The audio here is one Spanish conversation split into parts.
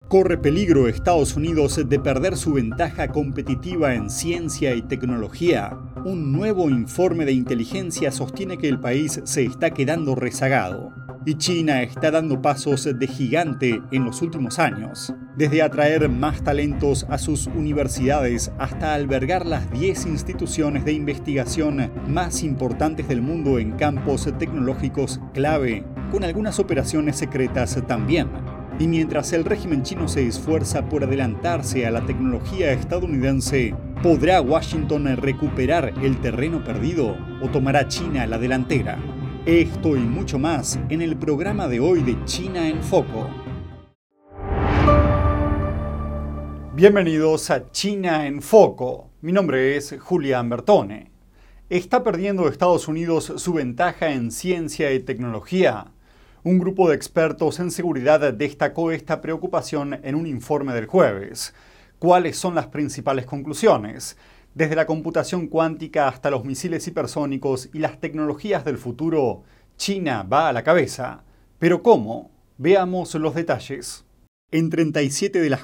Corre peligro Estados Unidos de perder su ventaja competitiva en ciencia y tecnología. Un nuevo informe de inteligencia sostiene que el país se está quedando rezagado. Y China está dando pasos de gigante en los últimos años. Desde atraer más talentos a sus universidades hasta albergar las 10 instituciones de investigación más importantes del mundo en campos tecnológicos clave, con algunas operaciones secretas también. Y mientras el régimen chino se esfuerza por adelantarse a la tecnología estadounidense, ¿podrá Washington recuperar el terreno perdido o tomará China la delantera? Esto y mucho más en el programa de hoy de China en Foco. Bienvenidos a China en Foco. Mi nombre es Julián Bertone. ¿Está perdiendo Estados Unidos su ventaja en ciencia y tecnología? Un grupo de expertos en seguridad destacó esta preocupación en un informe del jueves. ¿Cuáles son las principales conclusiones? Desde la computación cuántica hasta los misiles hipersónicos y las tecnologías del futuro, China va a la cabeza. ¿Pero cómo? Veamos los detalles. En 37 de las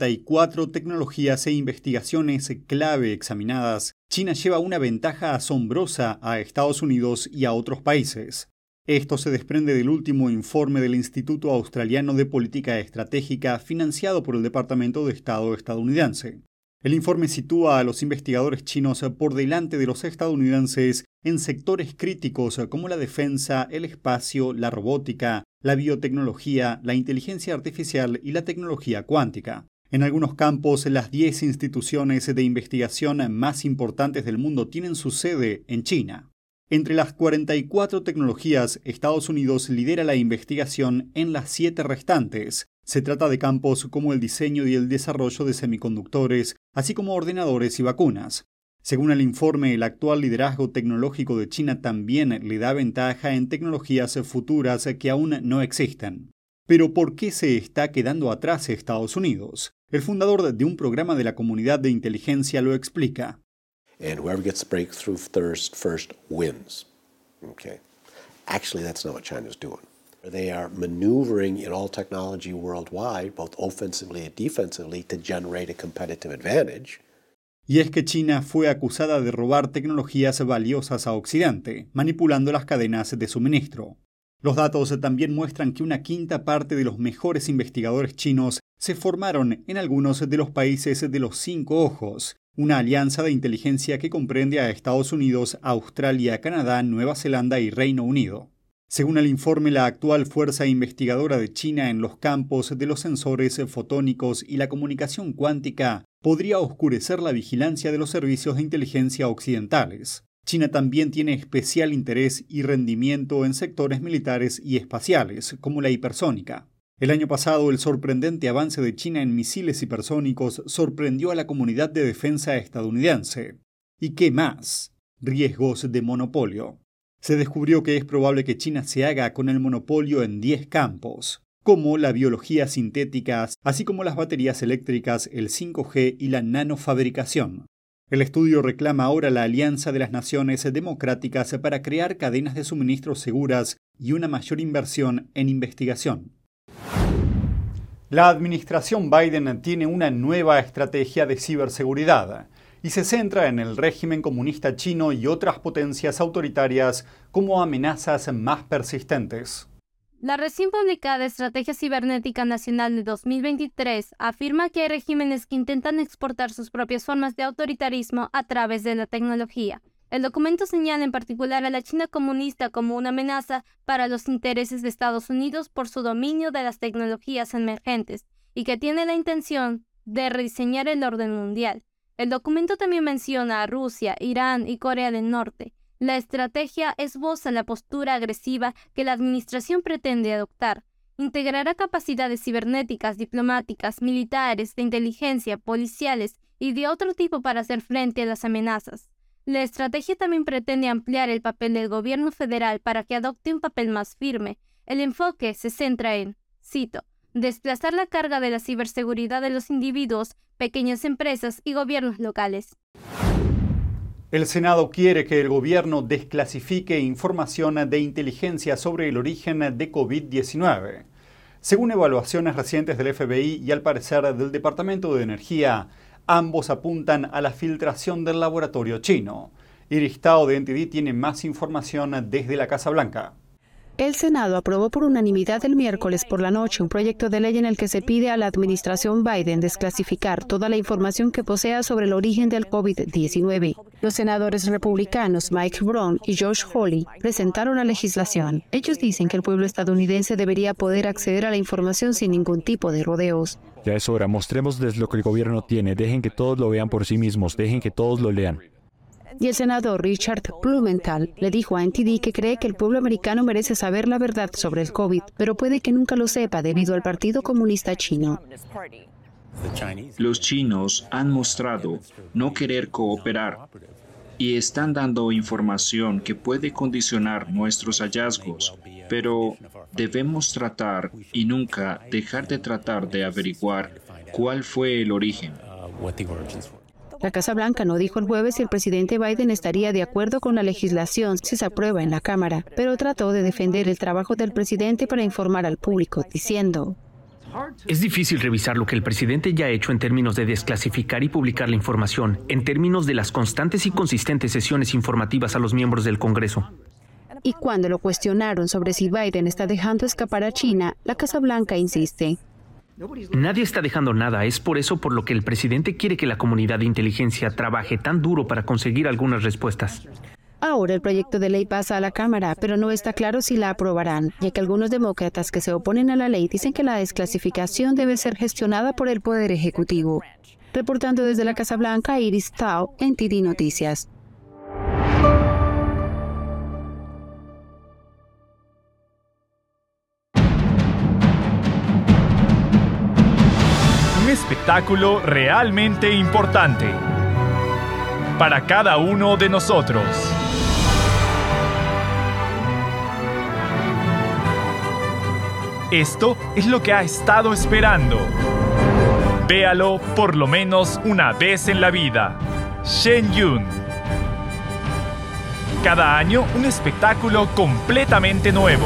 44 tecnologías e investigaciones clave examinadas, China lleva una ventaja asombrosa a Estados Unidos y a otros países. Esto se desprende del último informe del Instituto Australiano de Política Estratégica financiado por el Departamento de Estado estadounidense. El informe sitúa a los investigadores chinos por delante de los estadounidenses en sectores críticos como la defensa, el espacio, la robótica, la biotecnología, la inteligencia artificial y la tecnología cuántica. En algunos campos, las 10 instituciones de investigación más importantes del mundo tienen su sede en China. Entre las 44 tecnologías, Estados Unidos lidera la investigación en las 7 restantes. Se trata de campos como el diseño y el desarrollo de semiconductores, así como ordenadores y vacunas. Según el informe, el actual liderazgo tecnológico de China también le da ventaja en tecnologías futuras que aún no existen. Pero ¿por qué se está quedando atrás Estados Unidos? El fundador de un programa de la comunidad de inteligencia lo explica. And whoever gets the breakthrough first wins. Okay. Actually, that's not what China's doing. They are maneuvering in all technology worldwide, both offensively and defensively, to generate a competitive advantage. Y es que China fue acusada de robar tecnologías valiosas a Occidente, manipulando las cadenas de suministro. Los datos también muestran que una quinta parte de los mejores investigadores chinos se formaron en algunos de los países de los 5 ojos, una alianza de inteligencia que comprende a Estados Unidos, Australia, Canadá, Nueva Zelanda y Reino Unido. Según el informe, la actual fuerza investigadora de China en los campos de los sensores fotónicos y la comunicación cuántica podría oscurecer la vigilancia de los servicios de inteligencia occidentales. China también tiene especial interés y rendimiento en sectores militares y espaciales, como la hipersónica. El año pasado, el sorprendente avance de China en misiles hipersónicos sorprendió a la comunidad de defensa estadounidense. ¿Y qué más? Riesgos de monopolio. Se descubrió que es probable que China se haga con el monopolio en 10 campos, como la biología sintética, así como las baterías eléctricas, el 5G y la nanofabricación. El estudio reclama ahora la alianza de las naciones democráticas para crear cadenas de suministro seguras y una mayor inversión en investigación. La administración Biden tiene una nueva estrategia de ciberseguridad y se centra en el régimen comunista chino y otras potencias autoritarias como amenazas más persistentes. La recién publicada Estrategia Cibernética Nacional de 2023 afirma que hay regímenes que intentan exportar sus propias formas de autoritarismo a través de la tecnología. El documento señala en particular a la China comunista como una amenaza para los intereses de Estados Unidos por su dominio de las tecnologías emergentes y que tiene la intención de rediseñar el orden mundial. El documento también menciona a Rusia, Irán y Corea del Norte. La estrategia esboza la postura agresiva que la administración pretende adoptar. Integrará capacidades cibernéticas, diplomáticas, militares, de inteligencia, policiales y de otro tipo para hacer frente a las amenazas. La estrategia también pretende ampliar el papel del gobierno federal para que adopte un papel más firme. El enfoque se centra en, cito, desplazar la carga de la ciberseguridad de los individuos, pequeñas empresas y gobiernos locales. El Senado quiere que el gobierno desclasifique información de inteligencia sobre el origen de COVID-19. Según evaluaciones recientes del FBI y al parecer del Departamento de Energía, ambos apuntan a la filtración del laboratorio chino. Iris Tao de NTD tiene más información desde la Casa Blanca. El Senado aprobó por unanimidad el miércoles por la noche un proyecto de ley en el que se pide a la administración Biden desclasificar toda la información que posea sobre el origen del COVID-19. Los senadores republicanos Mike Brown y Josh Hawley presentaron la legislación. Ellos dicen que el pueblo estadounidense debería poder acceder a la información sin ningún tipo de rodeos. Ya es hora, mostremosles lo que el gobierno tiene, dejen que todos lo vean por sí mismos, dejen que todos lo lean. Y el senador Richard Blumenthal le dijo a NTD que cree que el pueblo americano merece saber la verdad sobre el COVID, pero puede que nunca lo sepa debido al Partido Comunista Chino. Los chinos han mostrado no querer cooperar y están dando información que puede condicionar nuestros hallazgos, pero debemos tratar y nunca dejar de tratar de averiguar cuál fue el origen. La Casa Blanca no dijo el jueves si el presidente Biden estaría de acuerdo con la legislación si se aprueba en la Cámara, pero trató de defender el trabajo del presidente para informar al público, diciendo: es difícil revisar lo que el presidente ya ha hecho en términos de desclasificar y publicar la información, en términos de las constantes y consistentes sesiones informativas a los miembros del Congreso. Y cuando lo cuestionaron sobre si Biden está dejando escapar a China, la Casa Blanca insiste: nadie está dejando nada, es por eso por lo que el presidente quiere que la comunidad de inteligencia trabaje tan duro para conseguir algunas respuestas. Ahora el proyecto de ley pasa a la Cámara, pero no está claro si la aprobarán, ya que algunos demócratas que se oponen a la ley dicen que la desclasificación debe ser gestionada por el Poder Ejecutivo. Reportando desde la Casa Blanca, Iris Tao, NTD Noticias. Un espectáculo realmente importante para cada uno de nosotros. Esto es lo que ha estado esperando. Véalo por lo menos una vez en la vida. Shen Yun. Cada año un espectáculo completamente nuevo.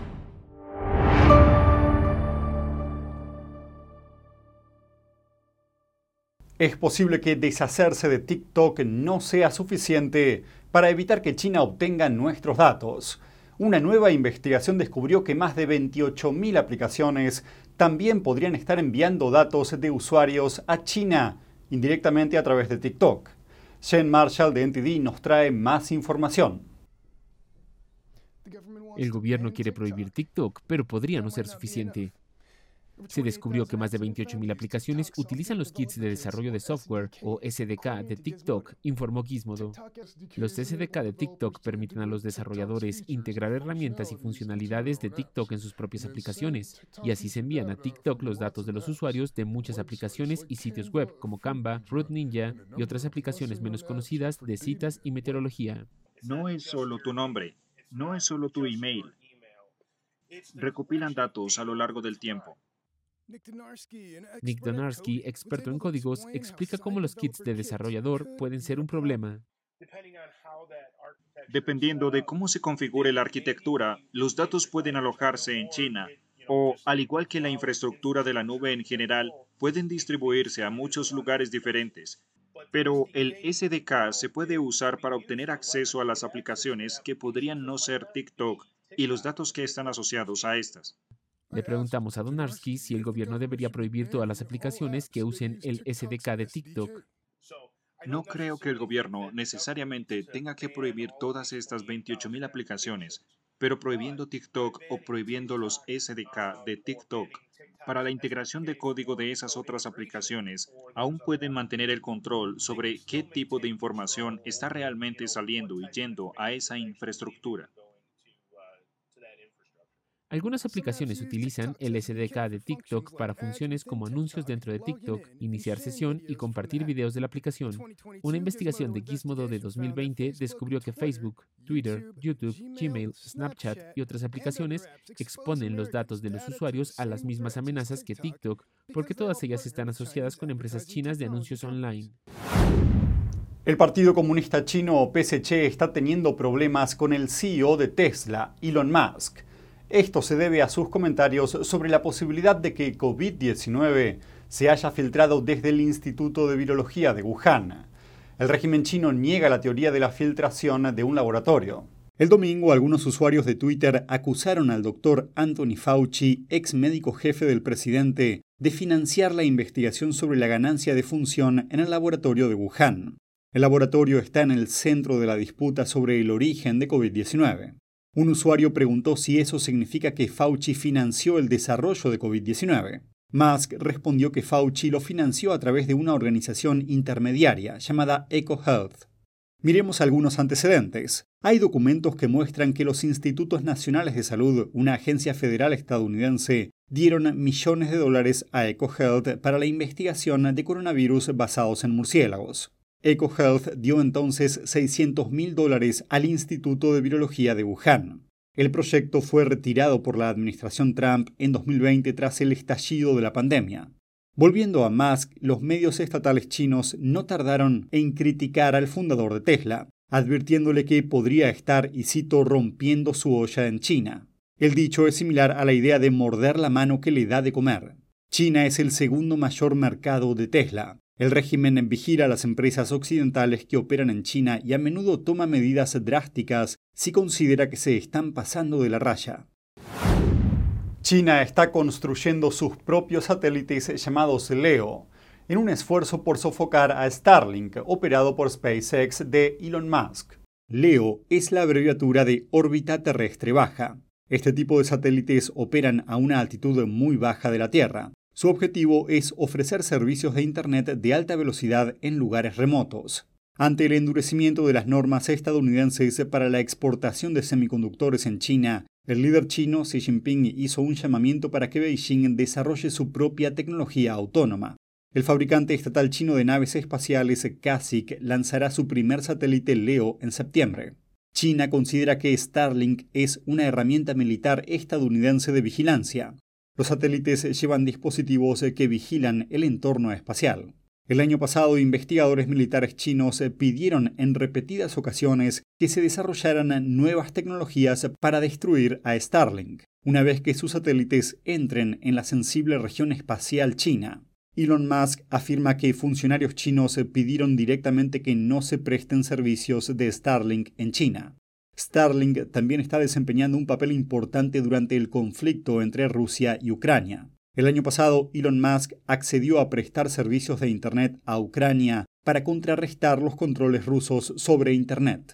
Es posible que deshacerse de TikTok no sea suficiente para evitar que China obtenga nuestros datos. Una nueva investigación descubrió que más de 28.000 aplicaciones también podrían estar enviando datos de usuarios a China, indirectamente a través de TikTok. Shane Marshall de NTD nos trae más información. El gobierno quiere prohibir TikTok, pero podría no ser suficiente. Se descubrió que más de 28.000 aplicaciones utilizan los kits de desarrollo de software, o SDK, de TikTok, informó Gizmodo. Los SDK de TikTok permiten a los desarrolladores integrar herramientas y funcionalidades de TikTok en sus propias aplicaciones, y así se envían a TikTok los datos de los usuarios de muchas aplicaciones y sitios web, como Canva, Fruit Ninja y otras aplicaciones menos conocidas de citas y meteorología. No es solo tu nombre, no es solo tu email. Recopilan datos a lo largo del tiempo. Nick Donarsky, experto en códigos, explica cómo los kits de desarrollador pueden ser un problema. Dependiendo de cómo se configure la arquitectura, los datos pueden alojarse en China o, al igual que la infraestructura de la nube en general, pueden distribuirse a muchos lugares diferentes. Pero el SDK se puede usar para obtener acceso a las aplicaciones que podrían no ser TikTok y los datos que están asociados a estas. Le preguntamos a Donarsky si el gobierno debería prohibir todas las aplicaciones que usen el SDK de TikTok. No creo que el gobierno necesariamente tenga que prohibir todas estas 28.000 aplicaciones, pero prohibiendo TikTok o prohibiendo los SDK de TikTok para la integración de código de esas otras aplicaciones, aún pueden mantener el control sobre qué tipo de información está realmente saliendo y yendo a esa infraestructura. Algunas aplicaciones utilizan el SDK de TikTok para funciones como anuncios dentro de TikTok, iniciar sesión y compartir videos de la aplicación. Una investigación de Gizmodo de 2020 descubrió que Facebook, Twitter, YouTube, Gmail, Snapchat y otras aplicaciones exponen los datos de los usuarios a las mismas amenazas que TikTok, porque todas ellas están asociadas con empresas chinas de anuncios online. El Partido Comunista Chino, o PSC, está teniendo problemas con el CEO de Tesla, Elon Musk. Esto se debe a sus comentarios sobre la posibilidad de que COVID-19 se haya filtrado desde el Instituto de Virología de Wuhan. El régimen chino niega la teoría de la filtración de un laboratorio. El domingo, algunos usuarios de Twitter acusaron al doctor Anthony Fauci, ex médico jefe del presidente, de financiar la investigación sobre la ganancia de función en el laboratorio de Wuhan. El laboratorio está en el centro de la disputa sobre el origen de COVID-19. Un usuario preguntó si eso significa que Fauci financió el desarrollo de COVID-19. Musk respondió que Fauci lo financió a través de una organización intermediaria llamada EcoHealth. Miremos algunos antecedentes. Hay documentos que muestran que los Institutos Nacionales de Salud, una agencia federal estadounidense, dieron millones de dólares a EcoHealth para la investigación de coronavirus basados en murciélagos. EcoHealth dio entonces $600.000 al Instituto de Virología de Wuhan. El proyecto fue retirado por la administración Trump en 2020 tras el estallido de la pandemia. Volviendo a Musk, los medios estatales chinos no tardaron en criticar al fundador de Tesla, advirtiéndole que podría estar, y cito, rompiendo su olla en China. El dicho es similar a la idea de morder la mano que le da de comer. China es el segundo mayor mercado de Tesla. El régimen vigila a las empresas occidentales que operan en China y a menudo toma medidas drásticas si considera que se están pasando de la raya. China está construyendo sus propios satélites llamados LEO, en un esfuerzo por sofocar a Starlink, operado por SpaceX de Elon Musk. LEO es la abreviatura de órbita terrestre baja. Este tipo de satélites operan a una altitud muy baja de la Tierra. Su objetivo es ofrecer servicios de Internet de alta velocidad en lugares remotos. Ante el endurecimiento de las normas estadounidenses para la exportación de semiconductores en China, el líder chino Xi Jinping hizo un llamamiento para que Beijing desarrolle su propia tecnología autónoma. El fabricante estatal chino de naves espaciales CASIC lanzará su primer satélite LEO en septiembre. China considera que Starlink es una herramienta militar estadounidense de vigilancia. Los satélites llevan dispositivos que vigilan el entorno espacial. El año pasado, investigadores militares chinos pidieron en repetidas ocasiones que se desarrollaran nuevas tecnologías para destruir a Starlink, una vez que sus satélites entren en la sensible región espacial china. Elon Musk afirma que funcionarios chinos pidieron directamente que no se presten servicios de Starlink en China. Starlink también está desempeñando un papel importante durante el conflicto entre Rusia y Ucrania. El año pasado, Elon Musk accedió a prestar servicios de Internet a Ucrania para contrarrestar los controles rusos sobre Internet.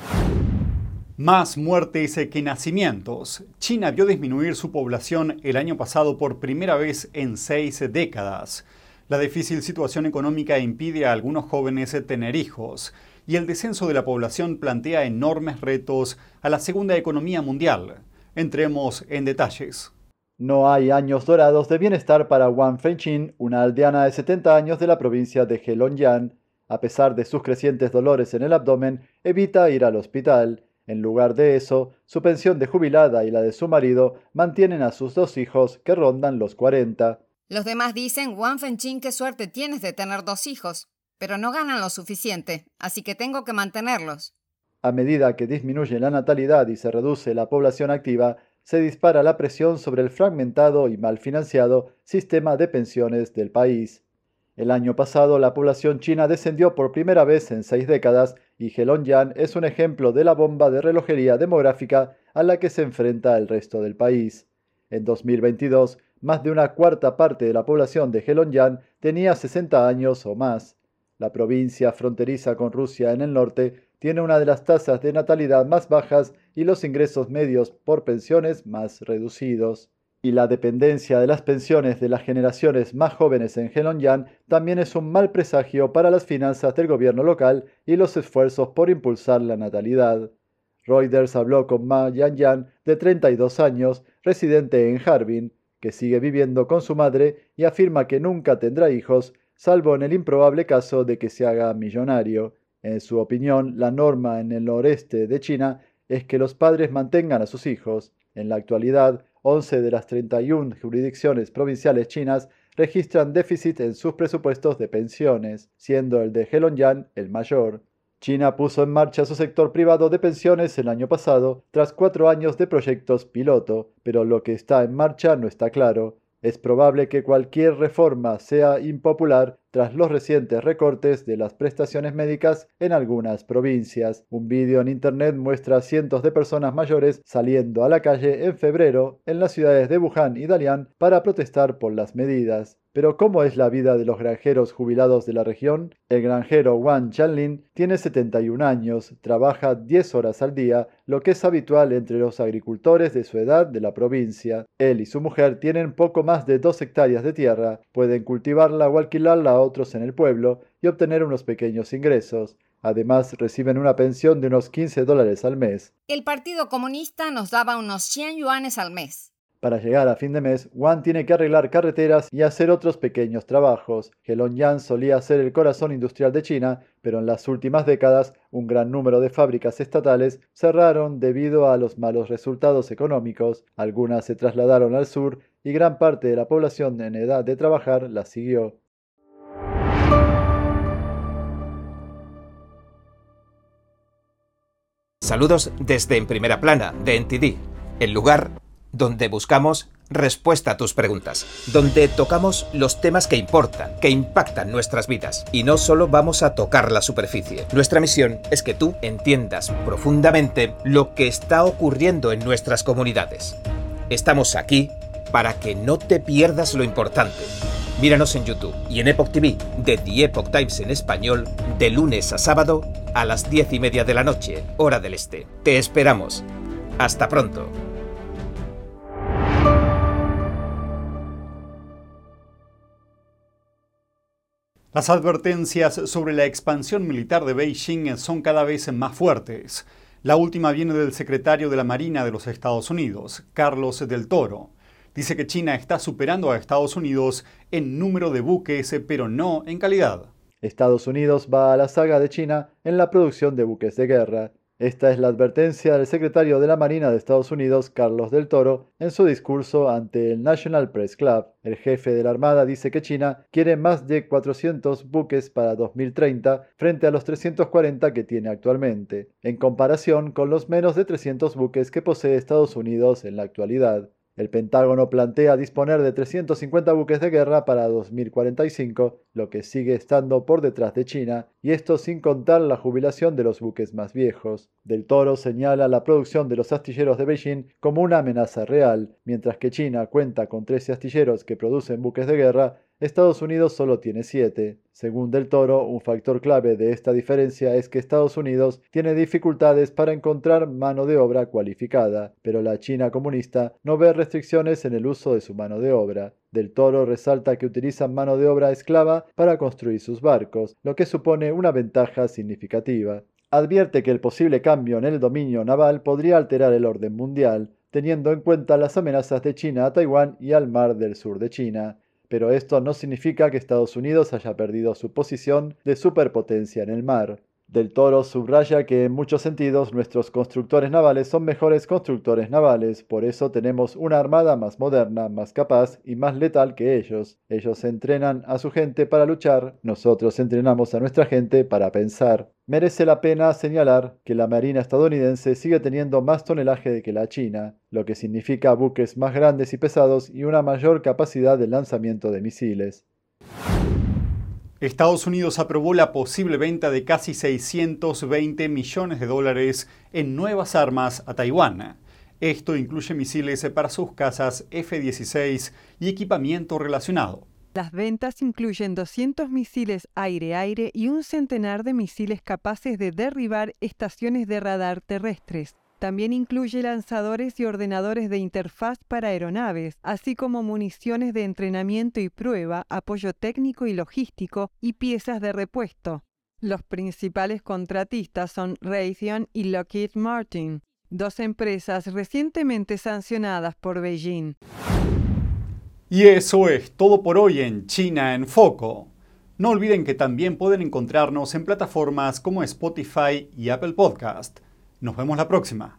Más muertes que nacimientos. China vio disminuir su población el año pasado por primera vez en 6 décadas. La difícil situación económica impide a algunos jóvenes tener hijos, y el descenso de la población plantea enormes retos a la segunda economía mundial. Entremos en detalles. No hay años dorados de bienestar para Wang Fengqin, una aldeana de 70 años de la provincia de Heilongjiang. A pesar de sus crecientes dolores en el abdomen, evita ir al hospital. En lugar de eso, su pensión de jubilada y la de su marido mantienen a sus 2 hijos, que rondan los 40. Los demás dicen, Wang Fengqin, qué suerte tienes de tener 2 hijos, pero no ganan lo suficiente, así que tengo que mantenerlos. A medida que disminuye la natalidad y se reduce la población activa, se dispara la presión sobre el fragmentado y mal financiado sistema de pensiones del país. El año pasado, la población china descendió por primera vez en 6 décadas y Heilongjiang es un ejemplo de la bomba de relojería demográfica a la que se enfrenta el resto del país. En 2022, más de una cuarta parte de la población de Heilongjiang tenía 60 años o más. La provincia fronteriza con Rusia en el norte tiene una de las tasas de natalidad más bajas y los ingresos medios por pensiones más reducidos. Y la dependencia de las pensiones de las generaciones más jóvenes en Heilongjiang también es un mal presagio para las finanzas del gobierno local y los esfuerzos por impulsar la natalidad. Reuters habló con Ma Yanyan, de 32 años, residente en Harbin, que sigue viviendo con su madre y afirma que nunca tendrá hijos, salvo en el improbable caso de que se haga millonario. En su opinión, la norma en el noreste de China es que los padres mantengan a sus hijos. En la actualidad, 11 de las 31 jurisdicciones provinciales chinas registran déficit en sus presupuestos de pensiones, siendo el de Heilongjiang el mayor. China puso en marcha su sector privado de pensiones el año pasado, tras 4 años de proyectos piloto, pero lo que está en marcha no está claro. Es probable que cualquier reforma sea impopular tras los recientes recortes de las prestaciones médicas en algunas provincias. Un vídeo en internet muestra a cientos de personas mayores saliendo a la calle en febrero en las ciudades de Wuhan y Dalian para protestar por las medidas. Pero ¿cómo es la vida de los granjeros jubilados de la región? El granjero Wang Chanlin tiene 71 años, trabaja 10 horas al día, lo que es habitual entre los agricultores de su edad de la provincia. Él y su mujer tienen poco más de 2 hectáreas de tierra, pueden cultivarla o alquilarla a otros en el pueblo y obtener unos pequeños ingresos. Además, reciben una pensión de unos $15 al mes. El Partido Comunista nos daba unos 100 yuanes al mes. Para llegar a fin de mes, Wang tiene que arreglar carreteras y hacer otros pequeños trabajos. Heilongjiang solía ser el corazón industrial de China, pero en las últimas décadas un gran número de fábricas estatales cerraron debido a los malos resultados económicos. Algunas se trasladaron al sur y gran parte de la población en edad de trabajar las siguió. Saludos desde En Primera Plana, de NTD, el lugar donde buscamos respuesta a tus preguntas, donde tocamos los temas que importan, que impactan nuestras vidas, y no solo vamos a tocar la superficie. Nuestra misión es que tú entiendas profundamente lo que está ocurriendo en nuestras comunidades. Estamos aquí para que no te pierdas lo importante. Míranos en YouTube y en Epoch TV, de The Epoch Times en español, de lunes a sábado a las 10:30 de la noche, hora del este. Te esperamos. Hasta pronto. Las advertencias sobre la expansión militar de Beijing son cada vez más fuertes. La última viene del secretario de la Marina de los Estados Unidos, Carlos del Toro. Dice que China está superando a Estados Unidos en número de buques, pero no en calidad. Estados Unidos va a la saga de China en la producción de buques de guerra. Esta es la advertencia del secretario de la Marina de Estados Unidos, Carlos del Toro, en su discurso ante el National Press Club. El jefe de la Armada dice que China quiere más de 400 buques para 2030 frente a los 340 que tiene actualmente, en comparación con los menos de 300 buques que posee Estados Unidos en la actualidad. El Pentágono plantea disponer de 350 buques de guerra para 2045, lo que sigue estando por detrás de China, y esto sin contar la jubilación de los buques más viejos. Del Toro señala la producción de los astilleros de Beijing como una amenaza real. Mientras que China cuenta con 13 astilleros que producen buques de guerra, Estados Unidos solo tiene 7. Según Del Toro, un factor clave de esta diferencia es que Estados Unidos tiene dificultades para encontrar mano de obra cualificada, pero la China comunista no ve restricciones en el uso de su mano de obra. Del Toro resalta que utilizan mano de obra esclava para construir sus barcos, lo que supone una ventaja significativa. Advierte que el posible cambio en el dominio naval podría alterar el orden mundial, teniendo en cuenta las amenazas de China a Taiwán y al mar del sur de China. Pero esto no significa que Estados Unidos haya perdido su posición de superpotencia en el mar. Del Toro subraya que en muchos sentidos nuestros constructores navales son mejores constructores navales, por eso tenemos una armada más moderna, más capaz y más letal que ellos. Ellos entrenan a su gente para luchar, nosotros entrenamos a nuestra gente para pensar. Merece la pena señalar que la Marina estadounidense sigue teniendo más tonelaje que la China, lo que significa buques más grandes y pesados y una mayor capacidad de lanzamiento de misiles. Estados Unidos aprobó la posible venta de casi $620 millones en nuevas armas a Taiwán. Esto incluye misiles para sus cazas F-16 y equipamiento relacionado. Las ventas incluyen 200 misiles aire-aire y un centenar de misiles capaces de derribar estaciones de radar terrestres. También incluye lanzadores y ordenadores de interfaz para aeronaves, así como municiones de entrenamiento y prueba, apoyo técnico y logístico y piezas de repuesto. Los principales contratistas son Raytheon y Lockheed Martin, dos empresas recientemente sancionadas por Beijing. Y eso es todo por hoy en China en Foco. No olviden que también pueden encontrarnos en plataformas como Spotify y Apple Podcast. Nos vemos la próxima.